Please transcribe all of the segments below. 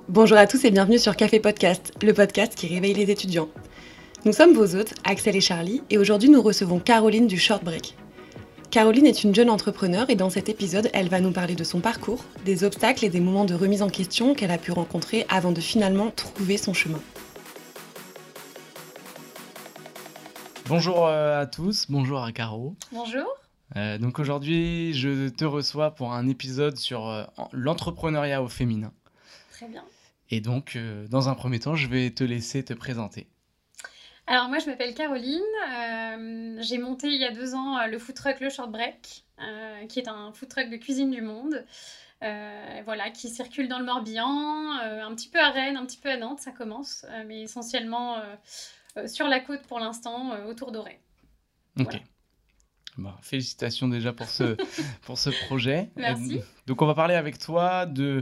Bonjour à tous et bienvenue sur Café Podcast, le podcast qui réveille les étudiants. Nous sommes vos hôtes, Axel et Charlie, et aujourd'hui nous recevons Caroline du Short Break. Caroline est une jeune entrepreneure et dans cet épisode, elle va nous parler de son parcours, des obstacles et des moments de remise en question qu'elle a pu rencontrer avant de finalement trouver son chemin. Bonjour à tous, bonjour à Caro. Bonjour. Donc aujourd'hui, je te reçois pour un épisode sur l'entrepreneuriat au féminin. Très bien. Et donc, dans un premier temps, je vais te laisser te présenter. Alors moi, je m'appelle Caroline. J'ai monté il y a 2 ans le food truck Le Short Break, qui est un food truck de cuisine du monde, qui circule dans le Morbihan, un petit peu à Rennes, un petit peu à Nantes, ça commence, mais essentiellement sur la côte pour l'instant, autour d'Auray. Ok. Voilà. Bon, félicitations déjà pour ce, pour ce projet. Merci. Donc on va parler avec toi de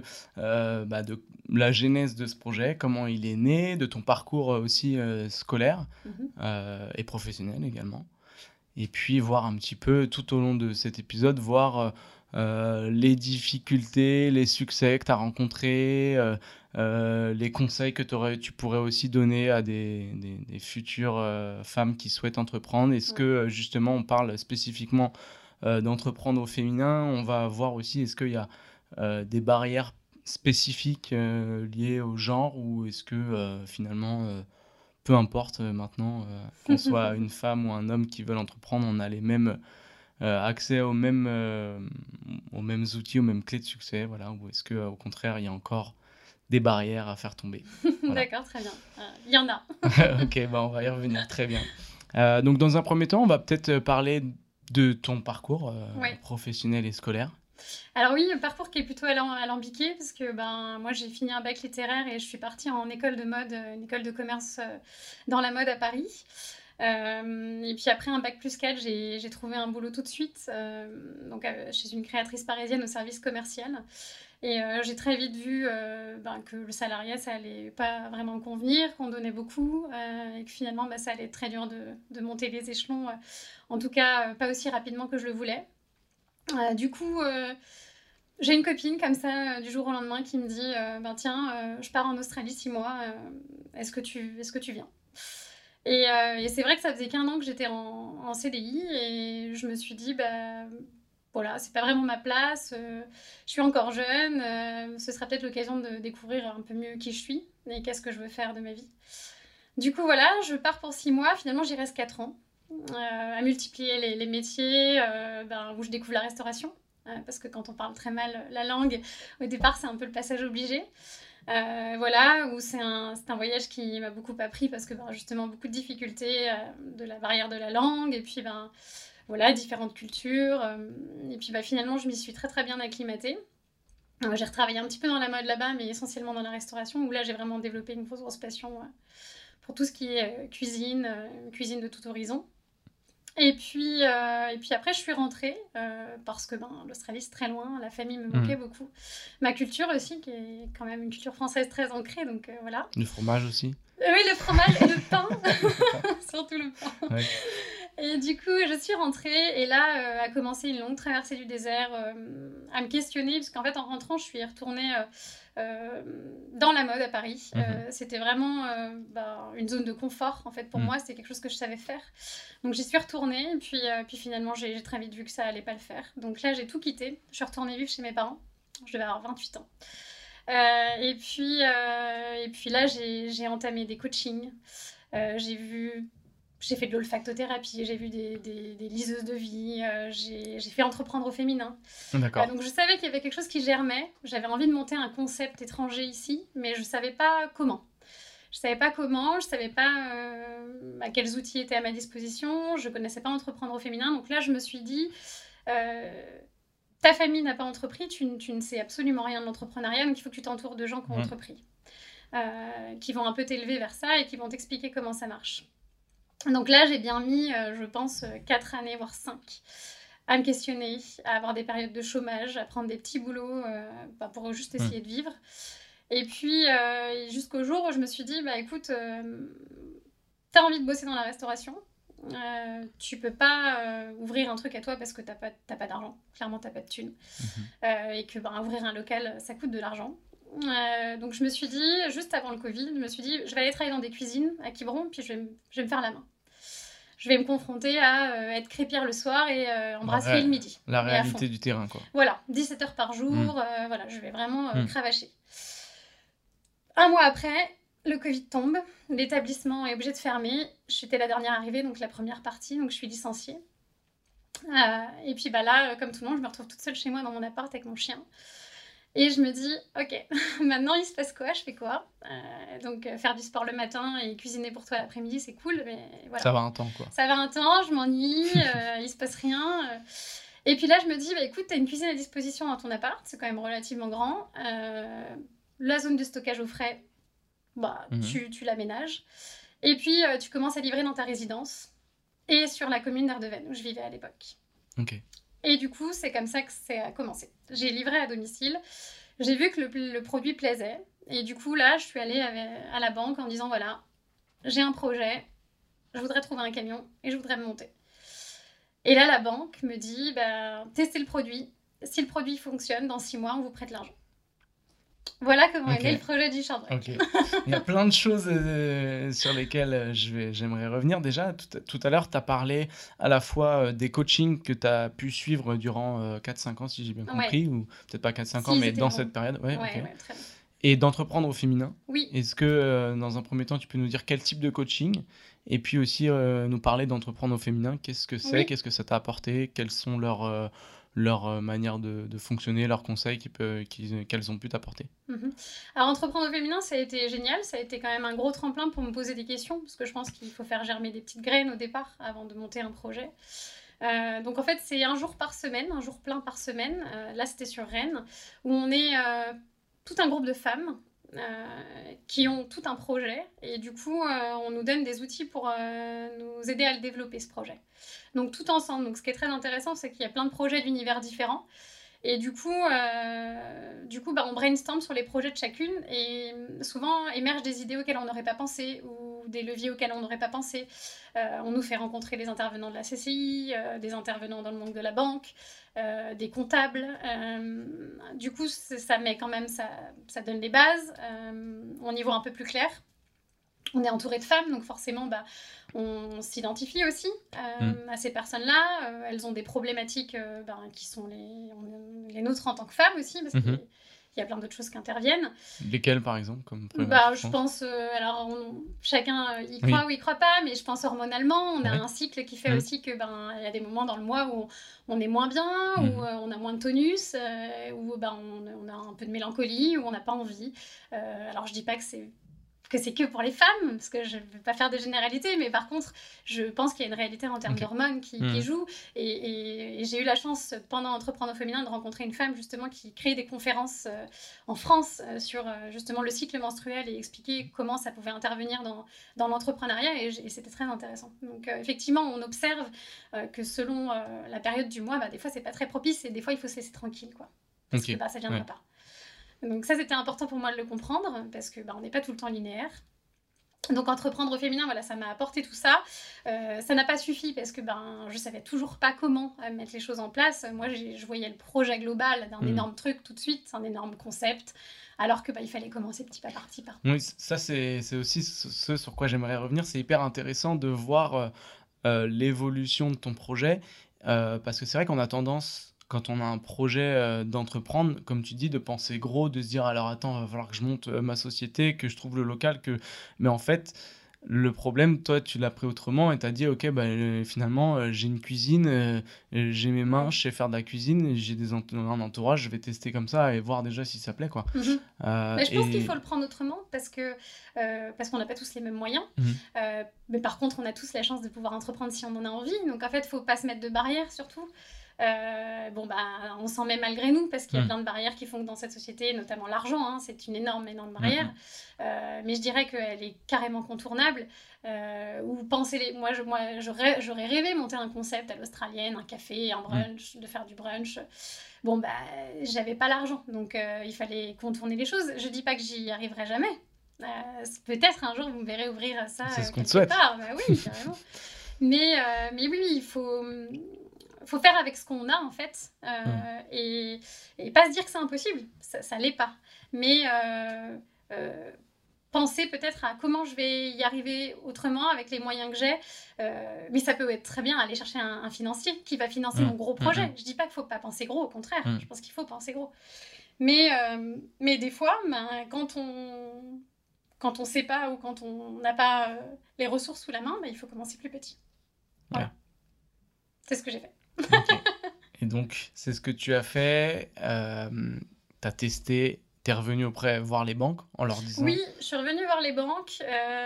la genèse de ce projet, comment il est né, de ton parcours aussi scolaire et professionnel également. Et puis voir un petit peu tout au long de cet épisode, voir les difficultés, les succès que tu as rencontrés, les conseils que tu pourrais aussi donner à des futures femmes qui souhaitent entreprendre. Est-ce que justement on parle spécifiquement d'entreprendre au féminin, on va voir aussi est-ce qu'il y a des barrières spécifiques liées au genre ou est-ce que finalement peu importe maintenant qu'on soit une femme ou un homme qui veulent entreprendre, on a les mêmes accès aux mêmes outils, aux mêmes clés de succès, voilà, ou est-ce qu'au contraire il y a encore des barrières à faire tomber. Voilà. D'accord, très bien. Il y en a. Ok, on va y revenir, très bien. Donc dans un premier temps, on va peut-être parler de ton parcours professionnel et scolaire. Alors oui, un parcours qui est plutôt alambiqué parce que moi j'ai fini un bac littéraire et je suis partie en école de mode, une école de commerce dans la mode à Paris. Et puis après un bac plus 4, j'ai trouvé un boulot tout de suite chez une créatrice parisienne au service commercial. Et j'ai très vite vu que le salariat ça allait pas vraiment me convenir, qu'on donnait beaucoup et que finalement ça allait être très dur de monter les échelons, en tout cas pas aussi rapidement que je le voulais. Du coup, j'ai une copine comme ça du jour au lendemain qui me dit tiens, je pars en Australie 6 mois, est-ce que tu viens? Et c'est vrai que ça faisait qu'1 an que j'étais en CDI et je me suis dit voilà, c'est pas vraiment ma place, je suis encore jeune, ce sera peut-être l'occasion de découvrir un peu mieux qui je suis et qu'est-ce que je veux faire de ma vie. Du coup voilà, je pars pour 6 mois, finalement j'y reste 4 ans. À multiplier les métiers où je découvre la restauration parce que quand on parle très mal la langue au départ c'est un peu le passage obligé où c'est un voyage qui m'a beaucoup appris parce que justement beaucoup de difficultés de la barrière de la langue et puis différentes cultures et puis finalement je m'y suis très très bien acclimatée. J'ai retravaillé un petit peu dans la mode là-bas mais essentiellement dans la restauration où là j'ai vraiment développé une grosse passion pour tout ce qui est cuisine de tout horizon. Et puis après, je suis rentrée parce que l'Australie, c'est très loin, la famille me manquait beaucoup. Ma culture aussi, qui est quand même une culture française très ancrée, donc voilà. Le fromage aussi. Oui, le fromage et le pain, surtout le pain. Ouais. Et du coup, je suis rentrée et là a commencé une longue traversée du désert à me questionner, parce qu'en fait, en rentrant, je suis retournée dans la mode à Paris. C'était vraiment une zone de confort, en fait, pour moi. C'était quelque chose que je savais faire. Donc, j'y suis retournée et puis finalement, j'ai très vite vu que ça allait pas le faire. Donc là, j'ai tout quitté. Je suis retournée vivre chez mes parents. Je devais avoir 28 ans. Et puis là, j'ai entamé des coachings. J'ai fait de l'olfactothérapie, j'ai vu des liseuses de vie, j'ai fait entreprendre au féminin. D'accord. Donc je savais qu'il y avait quelque chose qui germait. J'avais envie de monter un concept étranger ici, mais je ne savais pas comment. Je ne savais pas quels outils étaient à ma disposition, je ne connaissais pas entreprendre au féminin. Donc là, je me suis dit, ta famille n'a pas entrepris, tu ne sais absolument rien de l'entrepreneuriat, donc il faut que tu t'entoures de gens qui ont entrepris, qui vont un peu t'élever vers ça et qui vont t'expliquer comment ça marche. Donc là, j'ai bien mis, je pense, 4 années, voire 5, à me questionner, à avoir des périodes de chômage, à prendre des petits boulots pour juste essayer de vivre. Et puis, jusqu'au jour où je me suis dit, écoute, t'as envie de bosser dans la restauration, tu peux pas ouvrir un truc à toi parce que t'as pas d'argent. Clairement, t'as pas de thunes. Et que ouvrir un local, ça coûte de l'argent. Donc je me suis dit, juste avant le Covid, je me suis dit, je vais aller travailler dans des cuisines à Quiberon, puis je vais me faire la main. Je vais me confronter à être crêpière le soir et en brasserie le midi. La réalité du terrain, quoi. Voilà, 17 heures par jour, voilà, je vais vraiment cravacher. Un mois après, le Covid tombe, l'établissement est obligé de fermer. J'étais la dernière arrivée, donc la première partie, donc je suis licenciée. Et puis là, comme tout le monde, je me retrouve toute seule chez moi dans mon appart avec mon chien. Et je me dis, ok, maintenant il se passe quoi? Je fais quoi? Donc faire du sport le matin et cuisiner pour toi l'après-midi, c'est cool, mais voilà. Ça va un temps, quoi. Ça va un temps, je m'ennuie, il se passe rien. Et puis là, je me dis, écoute, t'as une cuisine à disposition dans ton appart, c'est quand même relativement grand. La zone de stockage au frais, tu l'aménages. Et puis, tu commences à livrer dans ta résidence et sur la commune d'Ardevenne, où je vivais à l'époque. Ok. Et du coup, c'est comme ça que ça a commencé. J'ai livré à domicile. J'ai vu que le produit plaisait. Et du coup, là, je suis allée à la banque en disant, voilà, j'ai un projet, je voudrais trouver un camion et je voudrais me monter. Et là, la banque me dit, testez le produit. Si le produit fonctionne, dans 6 mois, on vous prête l'argent. Voilà comment est né le projet du Short Break. Il y a plein de choses sur lesquelles j'aimerais revenir. Déjà, tout à l'heure, tu as parlé à la fois des coachings que tu as pu suivre durant 4-5 ans, si j'ai bien compris, ou peut-être pas 4-5 ans, mais dans cette période. Ouais, très bien. Et d'entreprendre au féminin. Oui. Est-ce que, dans un premier temps, tu peux nous dire quel type de coaching? Et puis aussi nous parler d'entreprendre au féminin. Qu'est-ce que c'est? Qu'est-ce que ça t'a apporté? Quelles sont leur manière de fonctionner, leurs conseils qu'elles ont pu t'apporter? Alors, entreprendre au féminin, ça a été génial. Ça a été quand même un gros tremplin pour me poser des questions, parce que je pense qu'il faut faire germer des petites graines au départ avant de monter un projet. Donc en fait, c'est un jour plein par semaine. Là, c'était sur Rennes, où on est tout un groupe de femmes qui ont tout un projet. Et du coup, on nous donne des outils pour nous aider à le développer, ce projet. Donc tout ensemble. Donc ce qui est très intéressant, c'est qu'il y a plein de projets d'univers différents. Et du coup, on brainstorm sur les projets de chacune et souvent émergent des idées auxquelles on n'aurait pas pensé ou des leviers auxquels on n'aurait pas pensé. On nous fait rencontrer des intervenants de la CCI, des intervenants dans le monde de la banque, des comptables. Du coup, ça met quand même, ça donne les bases. On y voit un peu plus clair. On est entouré de femmes, donc forcément, on s'identifie aussi à ces personnes-là. Elles ont des problématiques qui sont les nôtres en tant que femmes aussi, parce qu'il y a plein d'autres choses qui interviennent. Lesquelles, par exemple, comme je pense, chacun y croit ou y croit pas, mais je pense hormonalement, on a un cycle qui fait aussi que il y a des moments dans le mois où on est moins bien, où on a moins de tonus, où on a un peu de mélancolie, où on n'a pas envie. Alors je dis pas que c'est que pour les femmes, parce que je ne veux pas faire de généralité, mais par contre, je pense qu'il y a une réalité en termes d'hormones qui joue. Et j'ai eu la chance, pendant Entreprendre au féminin, de rencontrer une femme, justement, qui crée des conférences en France sur, justement, le cycle menstruel et expliquer comment ça pouvait intervenir dans l'entrepreneuriat. Et c'était très intéressant. Donc, effectivement, on observe que selon la période du mois, des fois, c'est pas très propice et des fois, il faut se laisser tranquille, quoi. Parce que ça viendra pas. Donc ça, c'était important pour moi de le comprendre, parce que on n'est pas tout le temps linéaire. Donc entreprendre au féminin, ça m'a apporté tout ça. Ça n'a pas suffi, parce que je savais toujours pas comment mettre les choses en place. Moi, je voyais le projet global d'un énorme truc tout de suite, un énorme concept, alors que il fallait commencer petit pas par petit pas. Oui, ça c'est aussi ce sur quoi j'aimerais revenir. C'est hyper intéressant de voir l'évolution de ton projet, parce que c'est vrai qu'on a tendance, quand on a un projet d'entreprendre, comme tu dis, de penser gros, de se dire alors attends, il va falloir que je monte ma société, que je trouve le local, mais en fait, le problème, toi, tu l'as pris autrement et tu as dit ok, finalement, j'ai une cuisine, j'ai mes mains, je sais faire de la cuisine, j'ai un entourage, je vais tester comme ça et voir déjà si ça plaît, quoi. Je pense qu'il faut le prendre autrement parce qu'on n'a pas tous les mêmes moyens. Mais par contre, on a tous la chance de pouvoir entreprendre si on en a envie. Donc en fait, il ne faut pas se mettre de barrières surtout. On s'en met malgré nous parce qu'il y a plein de barrières qui font que dans cette société, notamment l'argent, c'est une énorme barrière. Mais je dirais qu'elle est carrément contournable. Moi, j'aurais rêvé monter un concept à l'australienne, un café, un brunch, de faire du brunch. J'avais pas l'argent, donc il fallait contourner les choses. Je dis pas que j'y arriverai jamais. Peut-être un jour vous me verrez ouvrir ça. C'est ce qu'on te souhaite. Oui, carrément. Mais oui, il faut faut faire avec ce qu'on a en fait, et pas se dire que c'est impossible, ça l'est pas. Mais penser peut-être à comment je vais y arriver autrement avec les moyens que j'ai. Mais ça peut être très bien aller chercher un financier qui va financer mon gros projet. Je dis pas qu'il faut pas penser gros, au contraire, je pense qu'il faut penser gros. Mais des fois, quand on sait pas ou quand on n'a pas les ressources sous la main, il faut commencer plus petit. Voilà. C'est ce que j'ai fait. Okay. Et donc, c'est ce que tu as fait. Tu as testé, tu es revenu voir les banques en leur disant... Oui, je suis revenue voir les banques.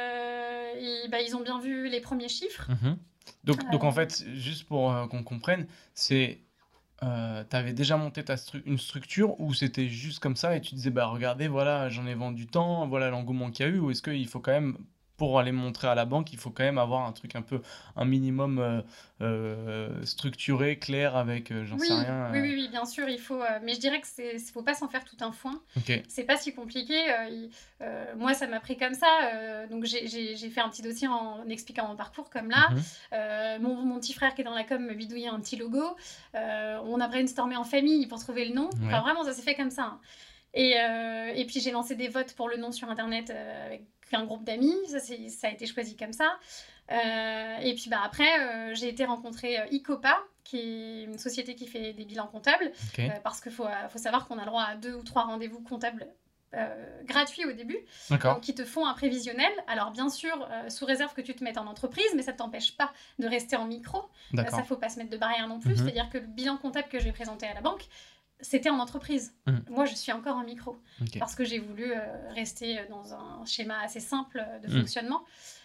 Ils ont bien vu les premiers chiffres. Donc en fait, juste pour qu'on comprenne, c'est... tu avais déjà monté une structure ou c'était juste comme ça et tu disais, regardez, voilà, j'en ai vendu tant, voilà l'engouement qu'il y a eu, ou est-ce qu'il faut quand même... Pour aller montrer à la banque, il faut quand même avoir un truc un minimum structuré, clair, avec j'en sais rien. Oui, bien sûr, il faut. Mais je dirais que faut pas s'en faire tout un foin. Okay. C'est pas si compliqué. Moi, ça m'a pris comme ça. Donc j'ai fait un petit dossier en expliquant mon parcours comme là. Mon petit frère qui est dans la com me bidouillait un petit logo. On a brainstormé en famille pour trouver le nom. Enfin, vraiment, ça s'est fait comme ça. Hein. Et puis j'ai lancé des votes pour le nom sur internet avec un groupe d'amis, ça a été choisi comme ça. Et puis après, j'ai été rencontrer Icopa, qui est une société qui fait des bilans comptables, parce qu'il faut savoir qu'on a le droit à 2 ou 3 rendez-vous comptables gratuits au début, donc qui te font un prévisionnel. Alors bien sûr, sous réserve que tu te mettes en entreprise, mais ça ne t'empêche pas de rester en micro. Ça, il ne faut pas se mettre de barrière non plus. C'est-à-dire que le bilan comptable que j'ai présenté à la banque, c'était en entreprise. Moi, je suis encore en micro. Parce que j'ai voulu rester dans un schéma assez simple de fonctionnement.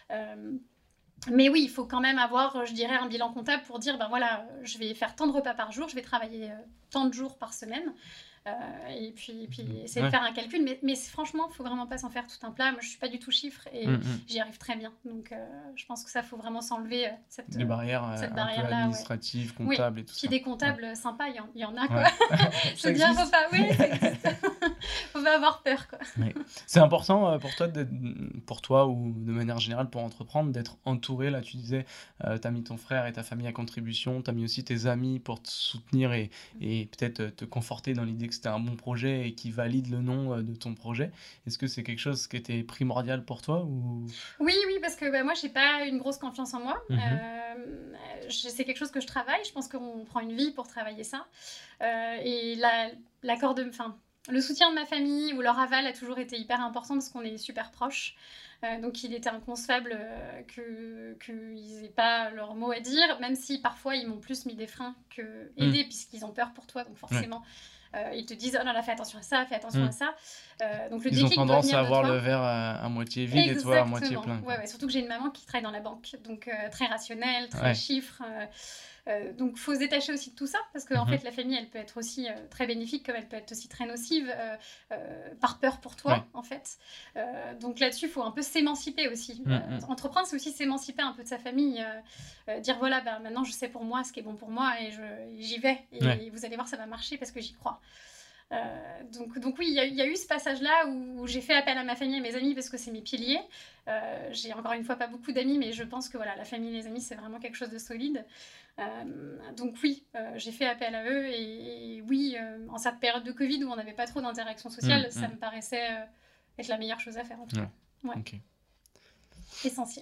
Mais oui, il faut quand même avoir, je dirais, un bilan comptable pour dire, voilà, je vais faire tant de repas par jour, je vais travailler tant de jours par semaine. Et puis essayer de faire un calcul. Mais franchement, il ne faut vraiment pas s'en faire tout un plat. Moi, je ne suis pas du tout chiffre et j'y arrive très bien. Donc, je pense que ça, il faut vraiment s'enlever les barrières, cette barrière-là, administratives, comptables et tout ça. Puis des comptables sympas, il y en a, quoi. Je veux dire, faut pas avoir peur, quoi. C'est important pour toi ou de manière générale pour entreprendre, d'être entouré. Là, tu disais, tu as mis ton frère et ta famille à contribution, tu as mis aussi tes amis pour te soutenir et peut-être te conforter dans l'idée que c'était un bon projet et qui valide le nom de ton projet. Est-ce que c'est quelque chose qui était primordial pour toi ou... Oui, parce que moi, j'ai pas une grosse confiance en moi. C'est quelque chose que je travaille. Je pense qu'on prend une vie pour travailler ça. Et le soutien de ma famille ou leur aval a toujours été hyper important parce qu'on est super proches. Donc il était inconcevable qu'ils n'aient pas leur mot à dire, même si parfois ils m'ont plus mis des freins que aider, puisqu'ils ont peur pour toi, donc forcément ils te disent, oh là là, fais attention à ça, fais attention à ça. Donc le ils ont tendance à avoir le verre à moitié vide. Exactement. Et toi à moitié plein. Surtout que j'ai une maman qui travaille dans la banque, donc très rationnelle, très chiffre. Donc il faut se détacher aussi de tout ça, parce qu'en fait la famille, elle peut être aussi très bénéfique, comme elle peut être aussi très nocive, par peur pour toi, en fait. Donc là-dessus, il faut un peu s'émanciper aussi. Entreprendre, c'est aussi s'émanciper un peu de sa famille, dire voilà, maintenant je sais pour moi ce qui est bon pour moi et j'y vais. Et vous allez voir, ça va marcher parce que j'y crois. Donc oui, il y a eu ce passage-là où j'ai fait appel à ma famille et mes amis parce que c'est mes piliers. J'ai encore une fois pas beaucoup d'amis, mais je pense que la famille et les amis, c'est vraiment quelque chose de solide. Donc oui, j'ai fait appel à eux et oui, en cette période de Covid où on n'avait pas trop d'interaction sociale, ça me paraissait être la meilleure chose à faire en tout cas. Okay. Essentiel.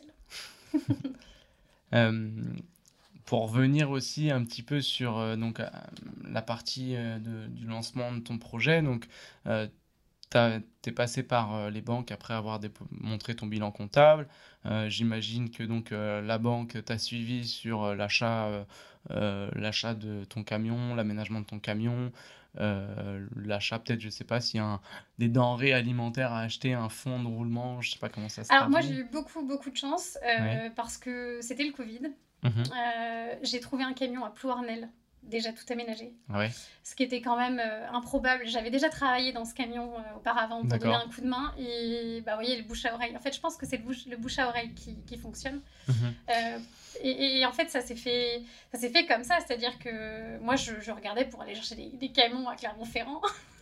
Pour revenir aussi un petit peu sur la partie du lancement de ton projet, donc t'es passé par les banques après avoir montré ton bilan comptable. J'imagine que donc la banque t'a suivi sur l'achat de ton camion, l'aménagement de ton camion, l'achat peut-être, je sais pas, s'il y a des denrées alimentaires à acheter, un fonds de roulement, je sais pas comment ça se traduit. Alors moi j'ai eu beaucoup de chance parce que c'était le Covid. J'ai trouvé un camion à Plouarnel, déjà tout aménagé. Ce qui était quand même improbable. J'avais déjà travaillé dans ce camion auparavant pour donner un coup de main et vous voyez, le bouche à oreille. En fait, je pense que c'est le bouche à oreille qui fonctionne. Et en fait, ça s'est fait comme ça, c'est-à-dire que moi, je regardais pour aller chercher des camions à Clermont-Ferrand.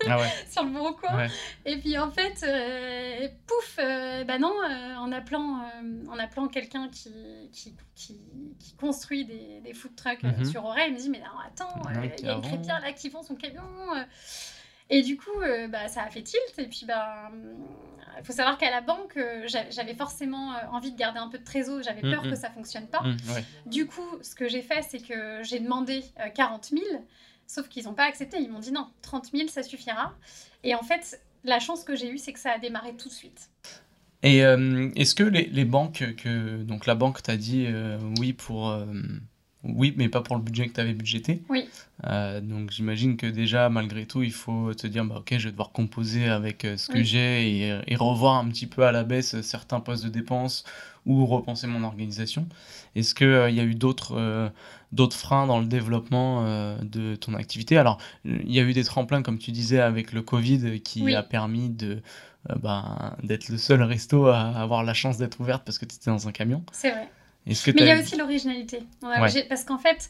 Ah ouais. sur le bon coin. Ouais. Et puis en fait, pouf, non, en appelant quelqu'un qui construit des food trucks sur Auray, il me dit mais non, attends, il y a une crêpière là qui vend son camion. Et du coup, ça a fait tilt. Et puis, il faut savoir qu'à la banque, j'avais forcément envie de garder un peu de trésor. J'avais peur que ça ne fonctionne pas. Ouais. Du coup, ce que j'ai fait, c'est que j'ai demandé 40 000. Sauf qu'ils n'ont pas accepté. Ils m'ont dit non, 30 000, ça suffira. Et en fait, la chance que j'ai eue, c'est que ça a démarré tout de suite. Et est-ce que les banques, donc la banque t'a dit oui pour... oui, mais pas pour le budget que tu avais budgété. Oui. Donc j'imagine que déjà, malgré tout, il faut te dire, ok, je vais devoir composer avec ce que j'ai et revoir un petit peu à la baisse certains postes de dépenses ou repenser mon organisation. Est-ce qu'il y a eu d'autres freins dans le développement de ton activité? Alors, il y a eu des tremplins, comme tu disais, avec le Covid qui a permis d'être le seul resto à avoir la chance d'être ouverte parce que tu étais dans un camion. C'est vrai. Mais il y a aussi l'originalité. Parce qu'en fait,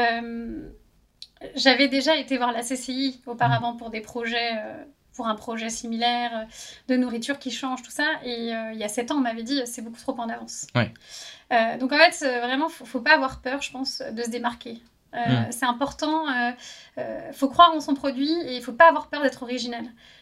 j'avais déjà été voir la CCI auparavant pour des projets, pour un projet similaire de nourriture qui change, tout ça. Et il y a 7 ans, on m'avait dit c'est beaucoup trop en avance. Ouais. Donc en fait, vraiment, faut pas avoir peur, je pense, de se démarquer. C'est important. Faut croire en son produit et il faut pas avoir peur d'être original.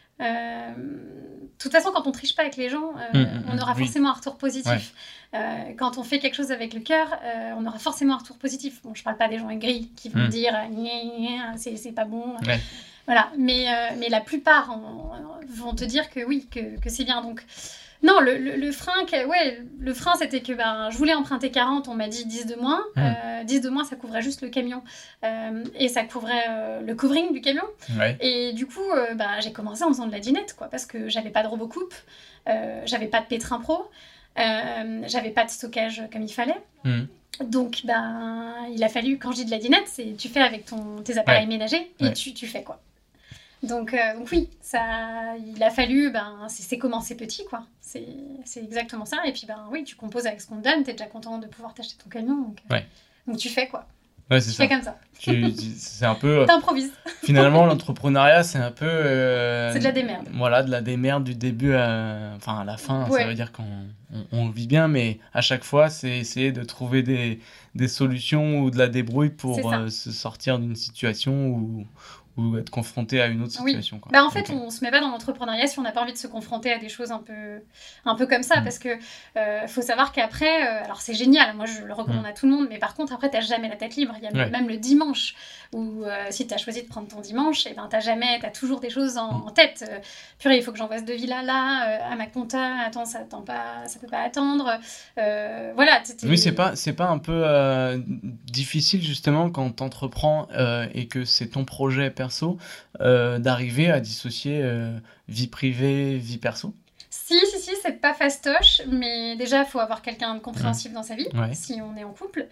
De toute façon, quand on triche pas avec les gens, on aura forcément un retour positif. Quand on fait quelque chose avec le cœur, on aura forcément un retour positif. Bon, je parle pas des gens aigris qui vont dire c'est pas bon. Voilà. Mais la plupart vont te dire que oui, que c'est bien. Donc non, le frein, le frein, c'était que je voulais emprunter 40, on m'a dit 10 de moins. 10 de moins, ça couvrait juste le camion et ça couvrait le covering du camion. Ouais. Et du coup, j'ai commencé en faisant de la dinette, quoi, parce que j'avais pas de robocoupe, j'avais pas de pétrin pro, j'avais pas de stockage comme il fallait. Donc, il a fallu, quand je dis de la dinette, c'est tu fais avec tes appareils ménagers et tu fais quoi. Donc oui, il a fallu, c'est commencer petit, quoi. C'est exactement ça. Et puis, oui, tu composes avec ce qu'on te donne, t'es déjà content de pouvoir t'acheter ton camion. Donc tu fais quoi. Ouais, c'est ça. Tu fais comme ça. C'est un peu... T'improvises. Finalement, l'entrepreneuriat, c'est un peu... c'est de la démerde. Voilà, de la démerde du début à la fin. Ça veut dire qu'on vit bien, mais à chaque fois, c'est essayer de trouver des solutions ou de la débrouille pour se sortir d'une situation ou être confronté à une autre situation. Quoi. En fait, on se met pas dans l'entrepreneuriat si on n'a pas envie de se confronter à des choses un peu comme ça, parce que faut savoir qu'après, alors c'est génial, moi je le recommande à tout le monde, mais par contre après t'as jamais la tête libre, il y a même le dimanche, où si t'as choisi de prendre ton dimanche, t'as toujours des choses en tête. Purée, il faut que j'envoie ce devis-là, à ma compta, attends, ça peut pas attendre. Voilà. Oui, c'est pas un peu difficile justement quand t'entreprends et que c'est ton projet perso, d'arriver à dissocier vie privée, vie perso? Si, c'est pas fastoche, mais déjà, il faut avoir quelqu'un de compréhensible dans sa vie, si on est en couple.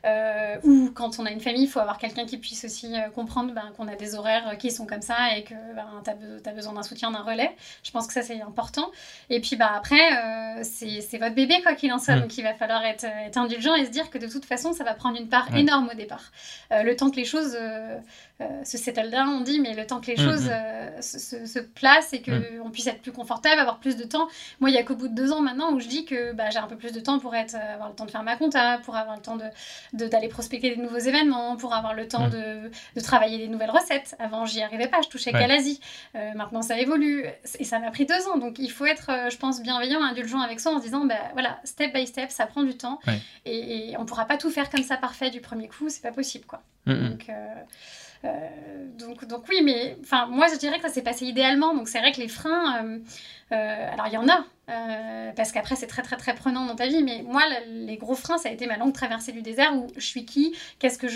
Ou quand on a une famille, il faut avoir quelqu'un qui puisse aussi comprendre qu'on a des horaires qui sont comme ça et que t'as besoin d'un soutien, d'un relais. Je pense que ça, c'est important. Et puis après, c'est votre bébé, quoi qu'il en soit, donc il va falloir être indulgent et se dire que de toute façon, ça va prendre une part énorme au départ. Le temps que les choses se settle down, on dit, mais le temps que les choses se placent et qu'on puisse être plus confortable, avoir plus de temps. Moi, il n'y a qu'au bout de 2 ans maintenant où je dis que j'ai un peu plus de temps pour avoir le temps de faire ma compta, pour avoir le temps d'aller prospecter des nouveaux événements, pour avoir le temps de travailler des nouvelles recettes. Avant, j'y arrivais pas, je touchais qu'à l'Asie. Maintenant, ça évolue et ça m'a pris 2 ans. Donc, il faut être, je pense, bienveillant, indulgent avec soi en se disant, voilà, step by step, ça prend du temps et on pourra pas tout faire comme ça parfait du premier coup, c'est pas possible, quoi. Donc oui, mais moi je dirais que ça s'est passé idéalement. Donc c'est vrai que les freins, alors il y en a, parce qu'après c'est très très très prenant dans ta vie, mais moi les gros freins ça a été ma longue traversée du désert où je suis qui, qu'est-ce que je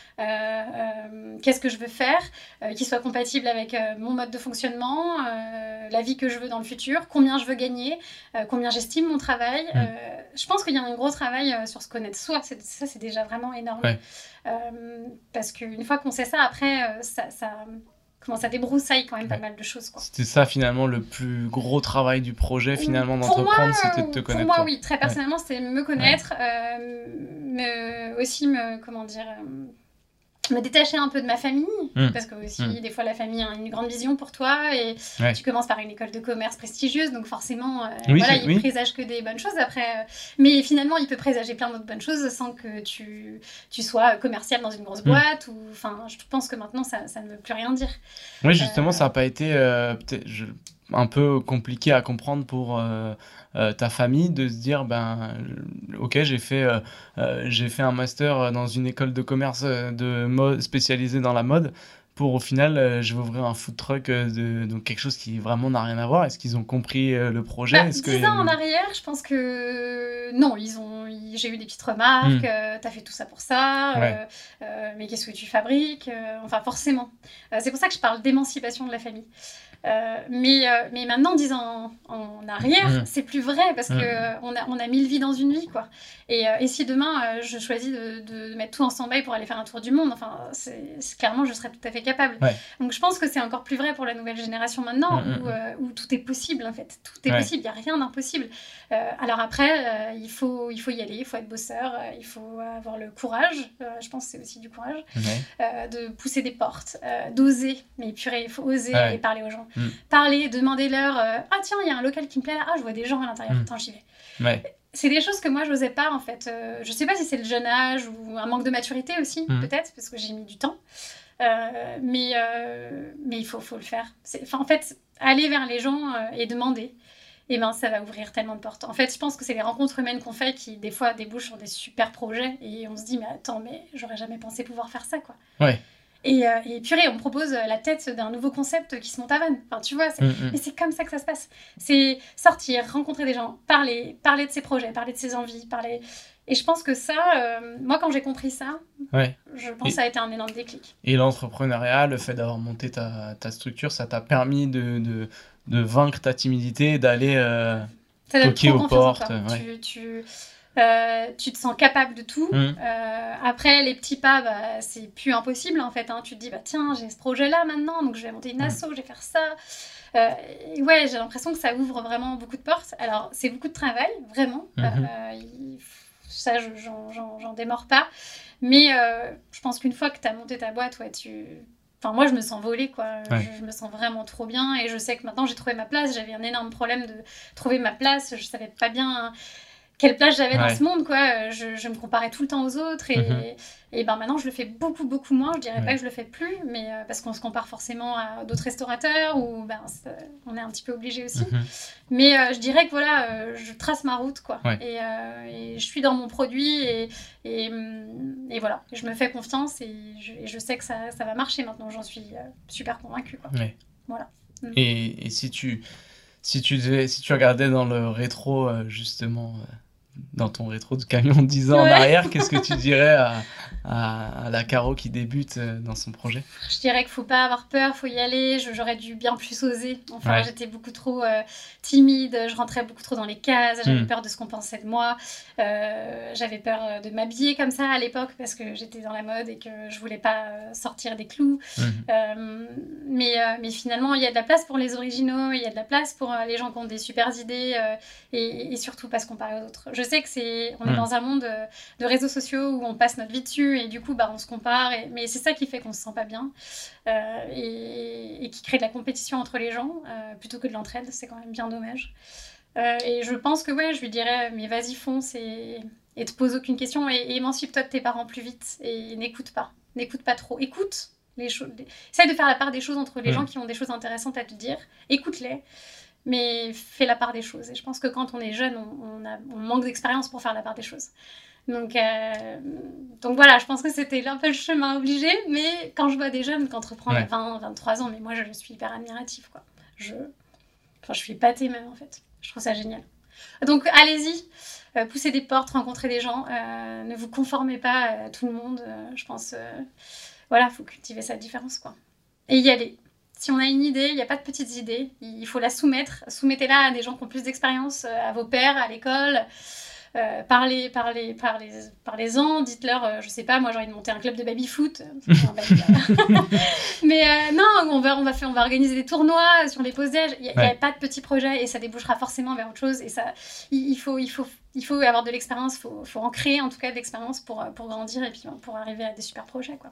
veux faire, qui soit compatible avec mon mode de fonctionnement, la vie que je veux dans le futur, combien je veux gagner, combien j'estime mon travail. Je pense qu'il y a un gros travail sur se connaître soi, ça c'est déjà vraiment énorme. Parce qu'une fois qu'on sait ça, après ça débroussaille quand même pas mal de choses, quoi. C'était ça finalement le plus gros travail du projet finalement d'entreprendre, c'était de te connaître. Pour moi, oui, très personnellement, c'était me connaître, aussi me détacher un peu de ma famille, parce que aussi, des fois, la famille a une grande vision pour toi, et tu commences par une école de commerce prestigieuse, donc forcément, il présage que des bonnes choses après. Mais finalement, il peut présager plein d'autres bonnes choses sans que tu sois commercial dans une grosse boîte, ou enfin, je pense que maintenant, ça ne veut plus rien dire. Oui, justement, ça n'a pas été un peu compliqué à comprendre pour ta famille de se dire ok, j'ai fait un master dans une école de commerce de mode spécialisée dans la mode pour au final je vais ouvrir un food truck donc quelque chose qui vraiment n'a rien à voir. Est-ce qu'ils ont compris le projet? 10 ans en arrière, je pense que non, j'ai eu des petites remarques, t'as fait tout ça pour ça, mais qu'est-ce que tu fabriques, enfin forcément. C'est pour ça que je parle d'émancipation de la famille. Mais maintenant, 10 ans en arrière, c'est plus vrai parce qu'on a 1000 vies dans une vie, quoi. Et si demain, je choisis de mettre tout en stand-by pour aller faire un tour du monde, enfin, clairement, je serais tout à fait capable. Donc, je pense que c'est encore plus vrai pour la nouvelle génération maintenant où tout est possible, en fait. Tout est possible, il n'y a rien d'impossible. Alors après, il faut y aller, il faut être bosseur, il faut avoir le courage, je pense que c'est aussi du courage, de pousser des portes, d'oser. Mais purée, il faut oser aller parler aux gens. Parler, demander-leur ah tiens, il y a un local qui me plaît là, ah je vois des gens à l'intérieur, attends, j'y vais. C'est des choses que moi j'osais pas en fait. Je sais pas si c'est le jeune âge ou un manque de maturité aussi, peut-être, parce que j'ai mis du temps. Mais il faut le faire. En fait, aller vers les gens et demander, et ça va ouvrir tellement de portes. En fait, je pense que c'est les rencontres humaines qu'on fait qui, des fois, débouchent sur des super projets et on se dit, mais attends, mais j'aurais jamais pensé pouvoir faire ça, quoi. Et purée, on me propose la tête d'un nouveau concept qui se monte à Vannes. Enfin, tu vois, mais c'est comme ça que ça se passe. C'est sortir, rencontrer des gens, parler de ses projets, parler de ses envies, parler... Et je pense que ça, moi, quand j'ai compris ça, je pense que ça a été un énorme déclic. Et l'entrepreneuriat, le fait d'avoir monté ta structure, ça t'a permis de vaincre ta timidité, d'aller toquer aux portes. Tu te sens capable de tout. Après, les petits pas, c'est plus impossible en fait. Tu te dis, tiens, j'ai ce projet-là maintenant, donc je vais monter une asso, je vais faire ça. J'ai l'impression que ça ouvre vraiment beaucoup de portes. Alors, c'est beaucoup de travail, vraiment. Ça, j'en démords pas. Mais je pense qu'une fois que tu as monté ta boîte, Enfin, moi, je me sens volée, quoi. Je me sens vraiment trop bien. Et je sais que maintenant, j'ai trouvé ma place. J'avais un énorme problème de trouver ma place. Je savais pas bien quelle place j'avais dans ce monde, quoi. Je me comparais tout le temps aux autres. Et maintenant, je le fais beaucoup, beaucoup moins. Je dirais pas que je le fais plus, mais parce qu'on se compare forcément à d'autres restaurateurs où on est un petit peu obligé aussi. Mais je dirais que voilà, je trace ma route, quoi. Et je suis dans mon produit et voilà. Je me fais confiance et je sais que ça va marcher maintenant. J'en suis super convaincue, quoi. Voilà. Et si tu regardais dans le rétro, justement, dans ton rétro de camion 10 ans en arrière, qu'est-ce que tu dirais à la Caro qui débute dans son projet? Je dirais qu'il ne faut pas avoir peur, il faut y aller. J'aurais dû bien plus oser. Enfin, j'étais beaucoup trop timide, je rentrais beaucoup trop dans les cases, j'avais peur de ce qu'on pensait de moi. J'avais peur de m'habiller comme ça à l'époque parce que j'étais dans la mode et que je ne voulais pas sortir des clous. Mais finalement, il y a de la place pour les originaux, il y a de la place pour les gens qui ont des super idées et surtout pas se comparer aux autres. Je sais que on est dans un monde de réseaux sociaux où on passe notre vie dessus et du coup on se compare, mais c'est ça qui fait qu'on se sent pas bien et qui crée de la compétition entre les gens plutôt que de l'entraide. C'est quand même bien dommage. Et je pense que je lui dirais mais vas-y fonce et te pose aucune question et émancipe-toi de tes parents plus vite et n'écoute pas trop, écoute les choses, essaye de faire la part des choses entre les gens qui ont des choses intéressantes à te dire, écoute-les, mais fais la part des choses. Et je pense que quand on est jeune, on manque d'expérience pour faire la part des choses. Donc voilà, je pense que c'était un peu le chemin obligé, mais quand je vois des jeunes qui entreprennent à 20, 23 ans, mais moi je suis hyper admirative, quoi. Je suis épatée même en fait. Je trouve ça génial. Donc allez-y, poussez des portes, rencontrez des gens, ne vous conformez pas à tout le monde. Je pense, voilà, faut cultiver sa différence, quoi. Et y aller. Si on a une idée, il n'y a pas de petites idées, il faut la soumettre. Soumettez-la à des gens qui ont plus d'expérience, à vos pairs, à l'école. Parlez-en, dites-leur, je sais pas, moi j'ai envie de monter un club de baby-foot. Mais non, on va organiser des tournois sur les pauses déj. Il n'y a pas de petits projets et ça débouchera forcément vers autre chose. Et ça, il faut avoir de l'expérience, il faut en créer en tout cas de l'expérience pour grandir et puis pour arriver à des super projets, quoi.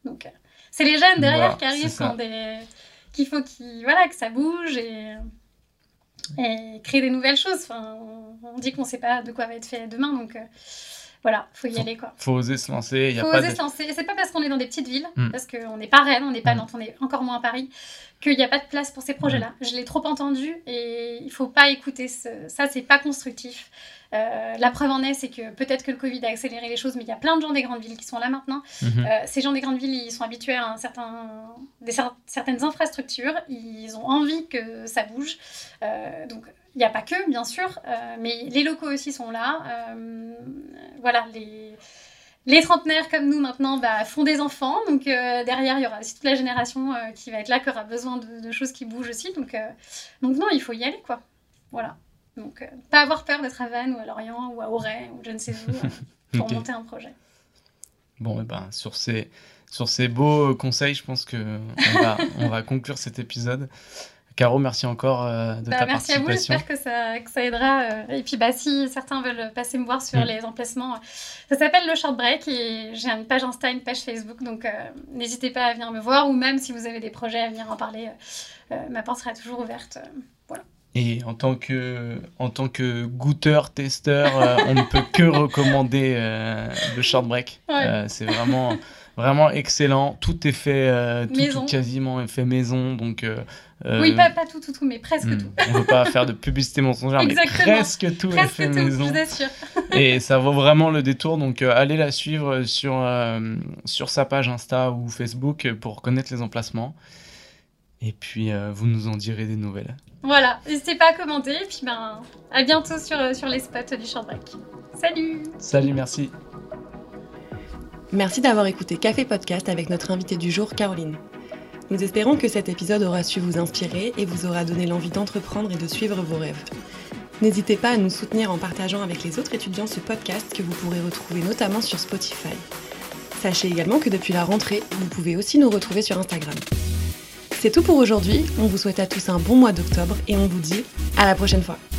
Donc, c'est les jeunes derrière Voilà, qui arrivent, c'est ça. qu'il faut que ça bouge et créer des nouvelles choses. Enfin, on dit qu'on ne sait pas de quoi va être fait demain, donc voilà, faut y aller, quoi. Faut oser se lancer. Faut oser se lancer. Et c'est pas parce qu'on est dans des petites villes, parce qu'on n'est pas Rennes, on n'est pas Nantes, on est encore moins à Paris, qu'il n'y a pas de place pour ces projets-là. Je l'ai trop entendu et il faut pas écouter ça, c'est pas constructif. La preuve en est, c'est que peut-être que le Covid a accéléré les choses, mais il y a plein de gens des grandes villes qui sont là maintenant. Ces gens des grandes villes, ils sont habitués à certaines infrastructures, ils ont envie que ça bouge. Donc, il n'y a pas que, bien sûr, mais les locaux aussi sont là. Voilà, les trentenaires comme nous maintenant font des enfants, donc derrière il y aura aussi toute la génération qui va être là, qui aura besoin de choses qui bougent aussi. Donc non, il faut y aller, quoi. Voilà. Donc pas avoir peur d'être à Vannes ou à Lorient ou à Auray ou je ne sais où pour monter un projet. Bon, et ben sur ces beaux conseils, je pense que on va conclure cet épisode. Caro, merci encore de ta merci participation. Merci à vous, j'espère que ça aidera. Et puis si certains veulent passer me voir sur les emplacements, ça s'appelle le Short Break et j'ai une page Insta, une page Facebook, donc n'hésitez pas à venir me voir ou même si vous avez des projets à venir en parler, ma porte sera toujours ouverte. Voilà. Et en tant que goûteur, testeur, on ne peut que recommander le Short Break. Ouais. C'est vraiment excellent. Tout est fait, tout quasiment fait maison. Donc, oui, pas tout, mais presque tout. On ne veut pas faire de publicité mensongère, mais presque tout est fait maison. Je vous assure. Et ça vaut vraiment le détour. Donc, allez la suivre sur sa page Insta ou Facebook pour connaître les emplacements. Et puis, vous nous en direz des nouvelles. Voilà, n'hésitez pas à commenter. Et puis, à bientôt sur les spots du Short Break. Salut! Salut, merci. Merci d'avoir écouté Café Podcast avec notre invitée du jour, Caroline. Nous espérons que cet épisode aura su vous inspirer et vous aura donné l'envie d'entreprendre et de suivre vos rêves. N'hésitez pas à nous soutenir en partageant avec les autres étudiants ce podcast que vous pourrez retrouver notamment sur Spotify. Sachez également que depuis la rentrée, vous pouvez aussi nous retrouver sur Instagram. C'est tout pour aujourd'hui, on vous souhaite à tous un bon mois d'octobre et on vous dit à la prochaine fois.